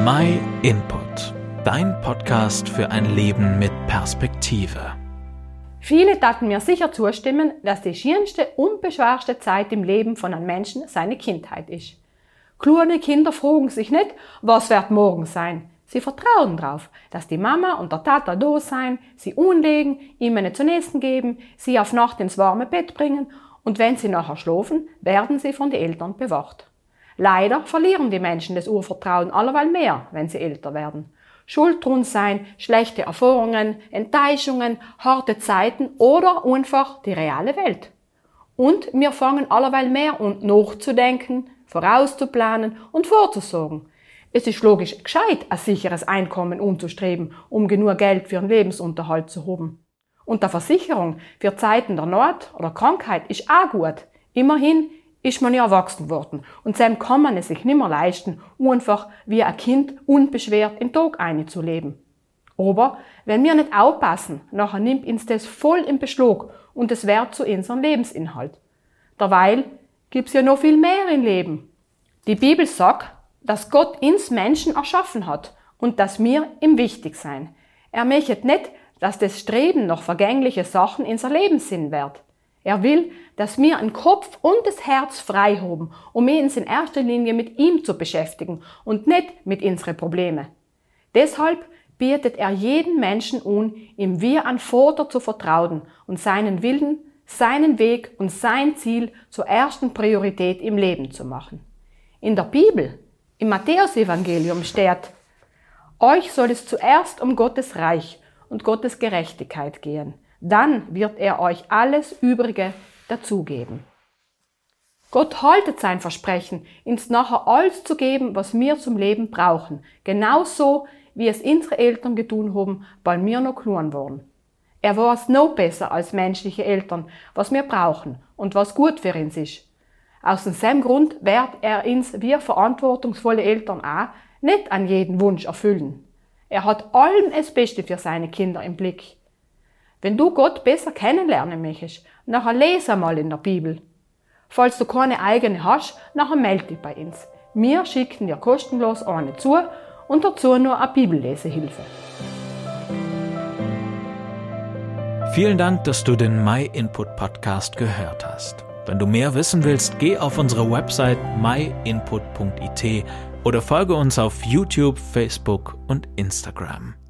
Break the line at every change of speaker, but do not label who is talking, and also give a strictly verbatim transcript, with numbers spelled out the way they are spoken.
My Input, dein Podcast für ein Leben mit Perspektive.
Viele taten mir sicher zustimmen, dass die schönste und beschwerste Zeit im Leben von einem Menschen seine Kindheit ist. Kleine Kinder fragen sich nicht, was wird morgen sein. Sie vertrauen darauf, dass die Mama und der Tata da sein, sie anlegen, ihnen zu essen geben, sie auf Nacht ins warme Bett bringen und wenn sie nachher schlafen, werden sie von den Eltern bewacht. Leider verlieren die Menschen das Urvertrauen allerweil mehr, wenn sie älter werden. Schuld dran sein, schlechte Erfahrungen, Enttäuschungen, harte Zeiten oder einfach die reale Welt. Und wir fangen allerweil mehr an nachzudenken, vorauszuplanen und vorzusorgen. Es ist logisch gescheit, ein sicheres Einkommen anzustreben, um genug Geld für den Lebensunterhalt zu haben. Und der Versicherung für Zeiten der Not oder Krankheit ist auch gut. Immerhin ist man ja erwachsen worden und seinem kann man es sich nicht mehr leisten, einfach wie ein Kind unbeschwert in den Tag einzuleben. Aber wenn wir nicht aufpassen, nachher nimmt uns das voll in Beschlag und es wird zu unserem Lebensinhalt. Derweil gibt's ja noch viel mehr im Leben. Die Bibel sagt, dass Gott uns Menschen erschaffen hat und dass wir ihm wichtig sein. Er möchte nicht, dass das Streben nach vergängliche Sachen unser Lebenssinn wird. Er will, dass wir den Kopf und das Herz frei haben, um uns in erster Linie mit ihm zu beschäftigen und nicht mit unseren Problemen. Deshalb bietet er jeden Menschen an, ihm wie ein Vater zu vertrauen und seinen Willen, seinen Weg und sein Ziel zur ersten Priorität im Leben zu machen. In der Bibel, im Matthäusevangelium steht: Euch soll es zuerst um Gottes Reich und Gottes Gerechtigkeit gehen. Dann wird er euch alles Übrige dazugeben. Gott haltet sein Versprechen, uns nachher alles zu geben, was wir zum Leben brauchen. Genauso, wie es unsere Eltern getan haben, weil wir noch klein waren. Er weiß noch besser als menschliche Eltern, was wir brauchen und was gut für uns ist. Aus diesem Grund wird er uns, wie verantwortungsvolle Eltern auch, nicht an jeden Wunsch erfüllen. Er hat allem das Beste für seine Kinder im Blick. Wenn du Gott besser kennenlernen möchtest, nachher lese einmal in der Bibel. Falls du keine eigene hast, nachher melde dich bei uns. Wir schicken dir kostenlos eine zu und dazu nur eine Bibellesehilfe.
Vielen Dank, dass du den My Input Podcast gehört hast. Wenn du mehr wissen willst, geh auf unsere Website my input punkt i t oder folge uns auf YouTube, Facebook und Instagram.